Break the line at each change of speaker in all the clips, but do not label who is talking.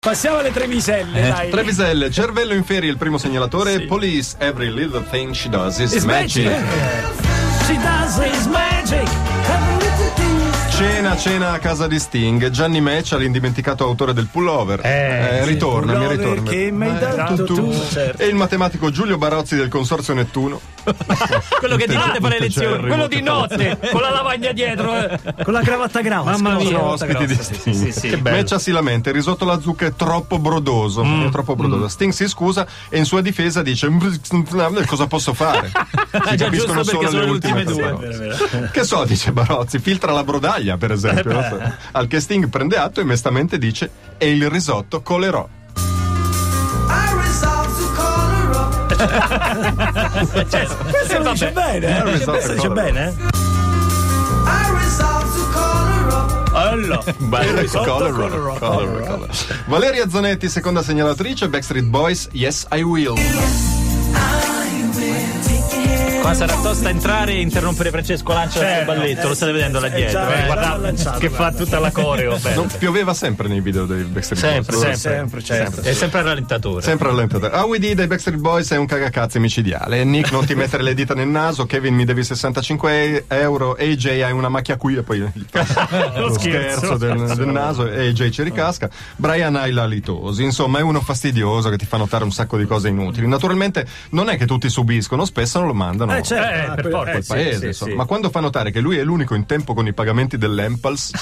Passiamo alle Treviselle, dai.
Treviselle, cervello in ferie, il primo segnalatore. Sì. Police, every little thing she does is magic.
She does is magic.
Cena a casa di Sting. Gianni Meccia, l'indimenticato autore del pullover. Ritorna.
Che mi hai dato tu.
Certo. E il matematico Giulio Barozzi del Consorzio Nettuno.
Quello che di notte fa le lezioni, quello di notte con la lavagna dietro,
con la cravatta grassa.
Mamma mia, sono ospiti di Sting.
Sì.
Meccia si lamenta, il risotto alla zucca è troppo brodoso. Sting si scusa e in sua difesa dice: cosa posso fare? Si capiscono solo le ultime due. Che so, dice Barozzi, filtra la brodaglia, per esempio. Al che Sting prende atto e mestamente dice: e il risotto colerò.
Questo lo dice bene, questo dice bene.
Valeria Zanetti, seconda segnalatrice. Backstreet Boys, Yes I Will.
Ma sarà tosta entrare e interrompere Francesco Lancia dal balletto, lo state vedendo là dietro, guardate che fa tutta la coreo.
Non pioveva sempre nei video dei Backstreet Boys.
Sempre. È sempre al rallentatore.
How We Did dei Backstreet Boys è un cagacazzi micidiale. Nick, non ti mettere le dita nel naso. Kevin, mi devi 65 euro. AJ, hai una macchia qui. E poi lo scherzo del naso. AJ ci ricasca. Brian, hai la litosi. Insomma, è uno fastidioso che ti fa notare un sacco di cose inutili. Naturalmente non è che tutti subiscono, spesso non lo mandano per forza il paese,
sì.
Ma quando fa notare che lui è l'unico in tempo con i pagamenti dell'Empals,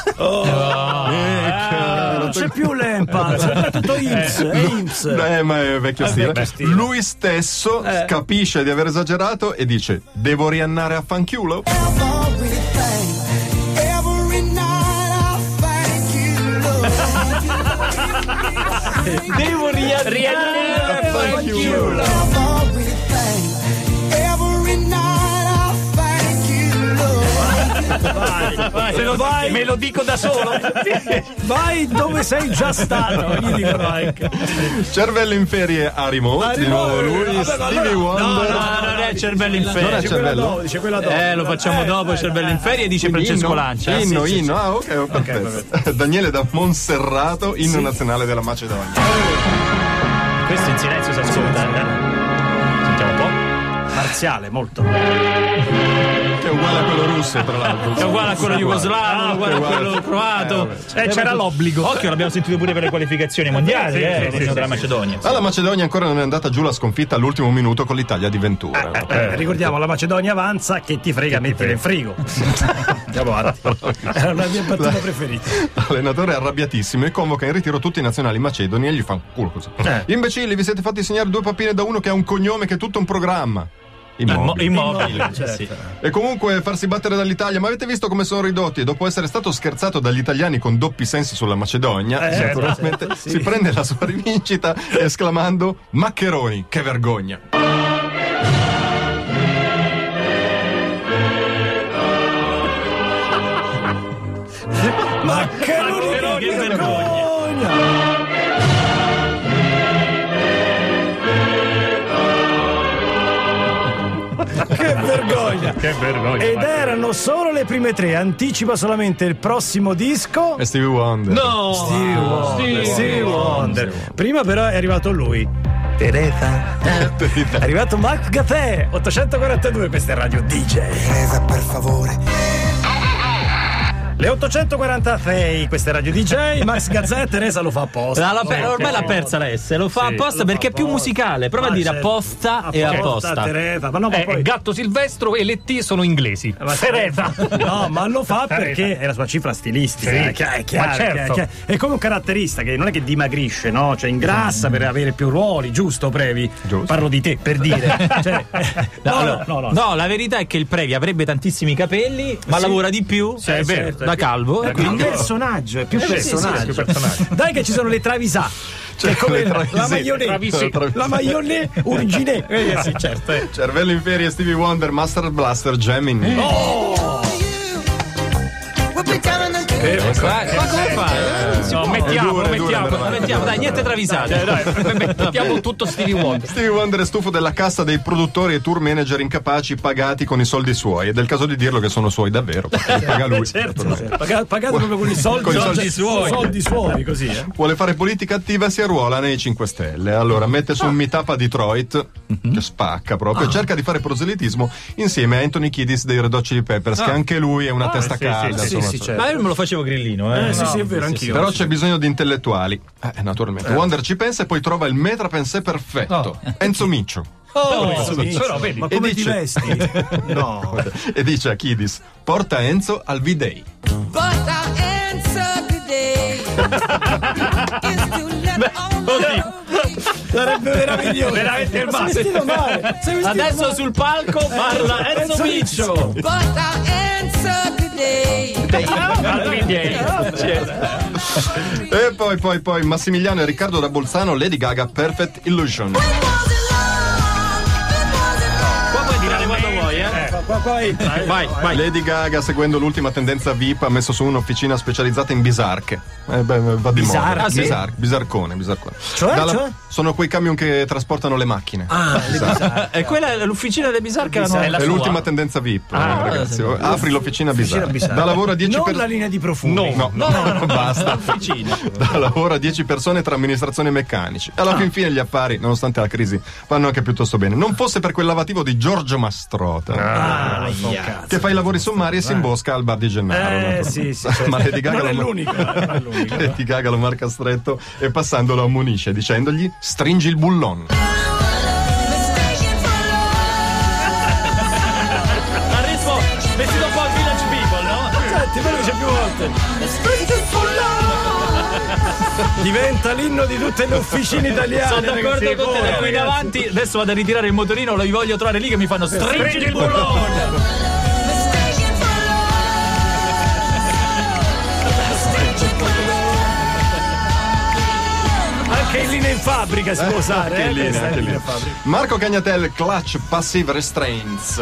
non c'è più l'Empals, è tutto INPS.
Ma è vecchio stile. Lui stesso capisce di aver esagerato e dice: devo riannare a fanchiulo?
Devo riannare a fanchiulo. Vai. Me lo dico da solo.
Vai dove sei già stato. Gli dicono anche.
Cervello in ferie a remote. Di nuovo lui. Stevie Wonder.
No, non è cervello in ferie.
Non è cervello.
Dice quella dopo.
Lo facciamo dopo. Cervello in ferie, dice Francesco Lancia.
Inno. Ah, ok, perfetto. Daniele da Monserrato, inno nazionale della Macedonia.
Questo in silenzio si ascolta. Sentiamo un po'.
Parziale, molto.
Che è uguale a quello russo, tra l'altro.
È uguale a quello jugoslavo, uguale a quello croato.
C'era l'obbligo.
Occhio, l'abbiamo sentito pure per le qualificazioni mondiali, della Macedonia.
Alla Macedonia ancora non è andata giù la sconfitta all'ultimo minuto con l'Italia di Ventura.
Ricordiamo, la Macedonia avanza, che ti frega, mettila in frigo. Andiamo avanti. Era la mia partita preferita.
L'allenatore è arrabbiatissimo e convoca in ritiro tutti i nazionali macedoni e gli fa un culo così. Imbecilli, vi siete fatti segnare due pappine da uno che ha un cognome che è tutto un programma.
Immobile.
Sì. E comunque farsi battere dall'Italia, ma avete visto come sono ridotti? E dopo essere stato scherzato dagli italiani con doppi sensi sulla Macedonia, naturalmente si prende la sua rivincita esclamando: Maccheroni, che vergogna!
Maccheroni, che vergogna! Che vergogna! Ed erano solo le prime tre. Anticipa solamente il prossimo disco.
È Stevie Wonder.
No! Stevie Wonder. Prima però è arrivato lui. Teresa. È arrivato Max Gazzè. 842, questa è Radio DJ.
Teresa, per favore.
Le 846, questa è Radio DJ. Max Gazzè, Teresa lo fa apposta.
Ormai l'ha persa la S, lo fa apposta perché è più musicale. Prova a dire apposta e apposta.
Teresa, ma poi...
Gatto Silvestro e le T sono inglesi.
Teresa. No, ma lo fa perché è la sua cifra stilistica. È chiaro, certo. È come un caratterista che non è che dimagrisce, no? Cioè ingrassa per avere più ruoli, giusto, Previ? Giusto. Parlo di te, per dire.
No, la verità è che il Previ avrebbe tantissimi capelli, ma lavora di più.
È vero.
Da calvo,
è un personaggio, è più personaggio. Dai che ci sono le travisà, cioè come la maionè origine. Sì, certo.
Cervello in ferie, Stevie Wonder, Master Blaster, Jamming.
Ma come fai?
No, mettiamo, dai, niente travisate. Mettiamo tutto Stevie Wonder.
Stevie Wonder è stufo della cassa dei produttori e tour manager incapaci pagati con i soldi suoi. Ed è il caso di dirlo che sono suoi davvero. Paga lui.
Certo. Pagato proprio con i soldi suoi, così.
Vuole fare politica attiva, si arruola nei 5 Stelle. Allora mette su un meetup a Detroit, che spacca proprio, e cerca di fare proselitismo insieme a Anthony Kiedis dei Red Hot Chili Peppers, che anche lui è una testa calda.
Certo.
Ma io me lo facevo grillino,
Sì, è vero, anch'io.
Però c'è bisogno di intellettuali. Naturalmente. Wonder ci pensa e poi trova il maître à penser perfetto. Enzo Miccio.
Però vedi.
Ma come ti vesti?
No. E dice a Kiedis: porta Enzo al V-Day.
Sarebbe meraviglioso.
Veramente il massimo.
Adesso sul palco parla Enzo Miccio.
E poi Massimiliano e Riccardo da Bolzano, Lady Gaga, Perfect Illusion. Vai. Lady Gaga, seguendo l'ultima tendenza VIP, ha messo su un'officina specializzata in bisarche. Va di moda. Bisarcone.
Cioè?
Sono quei camion che trasportano le macchine.
E quella è l'ufficina delle bisarche.
È l'ultima tendenza VIP, ragazzi. Apri l'officina bisarca. Da lavoro a 10
non la linea di profumi.
No, basta. Da lavoro a 10 persone tra amministrazione e meccanici. Alla fine gli affari, nonostante la crisi, vanno anche piuttosto bene. Non fosse per quel lavativo di Giorgio Mastrota, che fa i lavori sommari e si imbosca al bar di Gennaro.
Sì,
ma Lady Gaga
non è l'unico.
Lady Gaga lo marca stretto e passando lo ammonisce dicendogli: stringi il bullon.
Arrivo vestito un po' al Village People, no?
Senti, me lo dice più volte. Stringi il bullon. Diventa l'inno di tutte le officine italiane.
Sono d'accordo con te, qui davanti. Adesso vado a ritirare il motorino, lo voglio trovare lì che mi fanno stringi il bullon.
Anche in linea in fabbrica si può usare.
Anche in linea. Marco Cagnatel, Clutch Passive Restraints.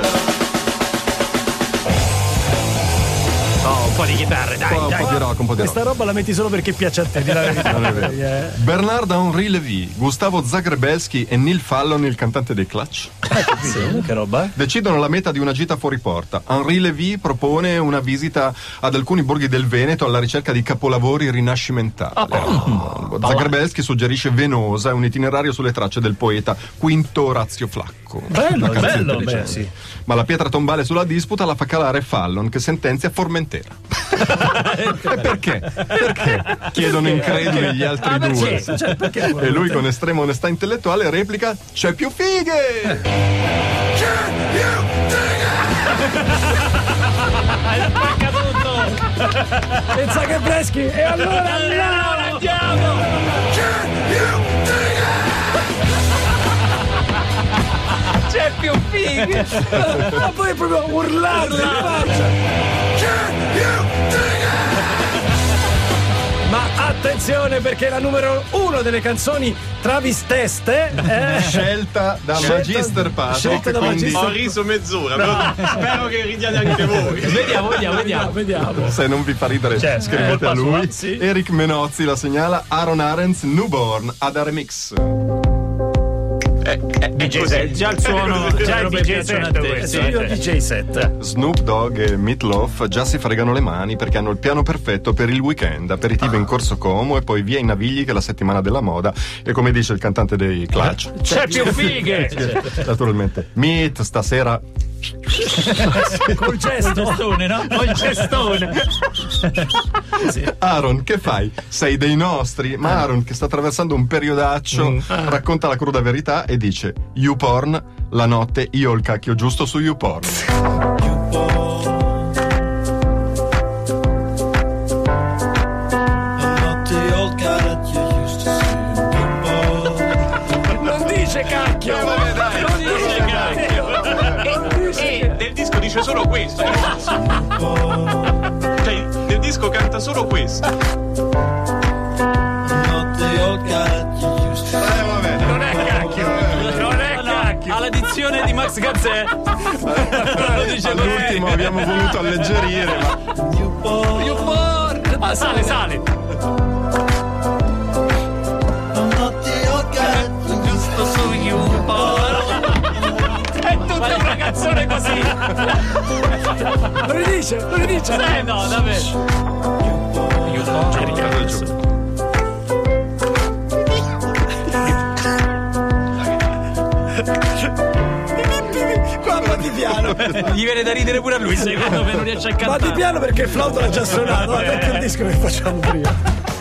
Un po' di chitarre, dai.
Un po' di rock.
Questa roba la metti solo perché piace a te, di la verità.
Non è vero. Bernard Henri Lévy, Gustavo Zagrebelski e Neil Fallon, il cantante dei Clutch,
Che roba?
decidono la meta di una gita fuori porta. Henri Lévy propone una visita ad alcuni borghi del Veneto alla ricerca di capolavori rinascimentali. Zagrebelski suggerisce Venosa, un itinerario sulle tracce del poeta Quinto Orazio Flacco.
Bello,
Diciamo.
sì.
Ma la pietra tombale sulla disputa la fa calare Fallon, che sentenzia Formentera. E perché? Perché? Chiedono increduli gli altri due. E lui, con estrema onestà intellettuale, replica: c'è più fighe!
Spacca tutto.
E Zagrebelski, e allora
andiamo. C'è più fighe.
Ma poi è proprio urlato in faccia. Ma attenzione, perché la numero 1 delle canzoni travisteste è
scelta da Magister Patrick.
Ho riso mezz'ora, però spero che ridiate anche voi.
Vediamo.
Se non vi fa ridere, scrivete a lui.
Sì.
Eric Menozzi la segnala. Aaron Arends, Newborn, ad remix.
È già il suono, già il DJ set.
DJ set.
Snoop Dogg e Meatloaf già si fregano le mani perché hanno il piano perfetto per il weekend, aperitivo in Corso Como e poi via in Navigli, che è la settimana della moda, e come dice il cantante dei Clutch,
c'è più fighe.
Naturalmente Meat stasera
Col gestone, no?
Col gestone.
Aaron, che fai? Sei dei nostri? Ma Aaron, che sta attraversando un periodaccio, racconta la cruda verità e dice: YouPorn, la notte io ho il cacchio giusto su YouPorn.
Non dice cacchio!
E nel disco dice solo questo. Cioè, nel disco canta solo questo.
Non è cacchio!
Ha la dizione di Max Gazzè. Lo dice
All'ultimo abbiamo voluto alleggerire, ma
YouPorn.
Ah, sale. Giusto sugli un po'. È tutta una canzone così.
Non li dice.
No, davvero.
Riccardo il giusto.
Qua va di piano.
Gli viene da ridere pure a lui, secondo me non riesce a cantare.
Va di piano perché il flauto l'ha già suonato. È il disco che facciamo prima.